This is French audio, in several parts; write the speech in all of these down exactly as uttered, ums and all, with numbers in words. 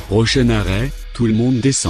Prochain arrêt, tout le monde descend.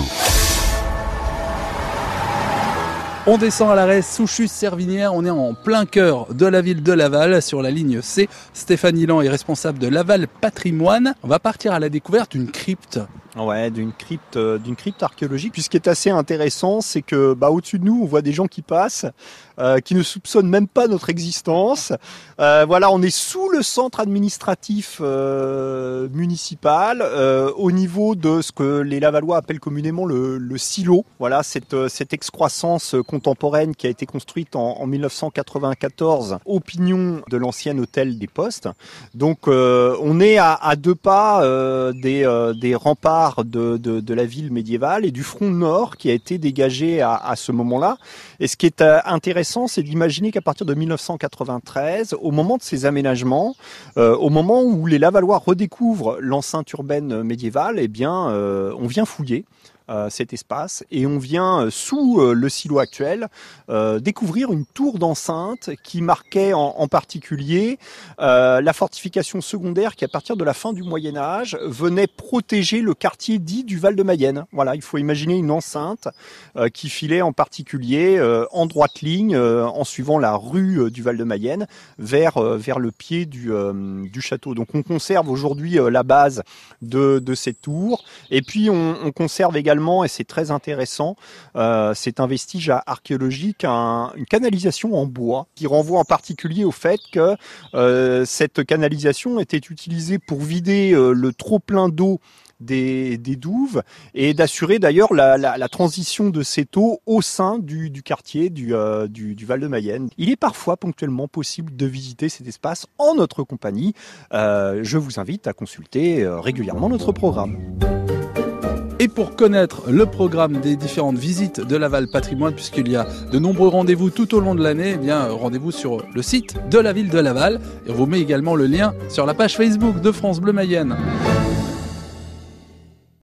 On descend à l'arrêt Souchus-Servinières, on est en plein cœur de la ville de Laval, sur la ligne C. Stéphane Ilan est responsable de Laval Patrimoine. On va partir à la découverte d'une crypte. Ouais, d'une crypte, d'une crypte archéologique. Puis ce qui est assez intéressant, c'est que bah, au-dessus de nous, on voit des gens qui passent, euh, qui ne soupçonnent même pas notre existence. Euh, voilà, on est sous le centre administratif euh, municipal, euh, au niveau de ce que les Lavallois appellent communément le, le silo. Voilà, cette, cette excroissance contemporaine qui a été construite en, en mille neuf cent quatre-vingt-quatorze au pignon de l'ancien hôtel des Postes. Donc, euh, on est à, à deux pas euh, des, euh, des remparts De, de, de la ville médiévale et du front nord qui a été dégagé à, à ce moment-là. Et ce qui est euh, intéressant, c'est d'imaginer qu'à partir de mille neuf cent quatre-vingt-treize, au moment de ces aménagements, euh, au moment où les Lavallois redécouvrent l'enceinte urbaine médiévale, eh bien, euh, on vient fouiller Euh, cet espace et on vient euh, sous euh, le silo actuel euh, découvrir une tour d'enceinte qui marquait en, en particulier euh, la fortification secondaire qui à partir de la fin du Moyen-Âge venait protéger le quartier dit du Val-de-Mayenne. Voilà, il faut imaginer une enceinte euh, qui filait en particulier euh, en droite ligne euh, en suivant la rue euh, du Val-de-Mayenne vers, euh, vers le pied du, euh, du château. Donc on conserve aujourd'hui euh, la base de, de cette tour et puis on, on conserve également, et c'est très intéressant, euh, c'est un vestige archéologique, un, une canalisation en bois qui renvoie en particulier au fait que euh, cette canalisation était utilisée pour vider euh, le trop-plein d'eau Des, des douves et d'assurer d'ailleurs la, la, la transition de cette eau au sein du, du quartier du, euh, du, du Val-de-Mayenne. Il est parfois ponctuellement possible de visiter cet espace en notre compagnie. Euh, je vous invite à consulter euh, régulièrement notre programme. Et pour connaître le programme des différentes visites de Laval Patrimoine, puisqu'il y a de nombreux rendez-vous tout au long de l'année, eh bien rendez-vous sur le site de la ville de Laval. Et on vous met également le lien sur la page Facebook de France Bleu Mayenne.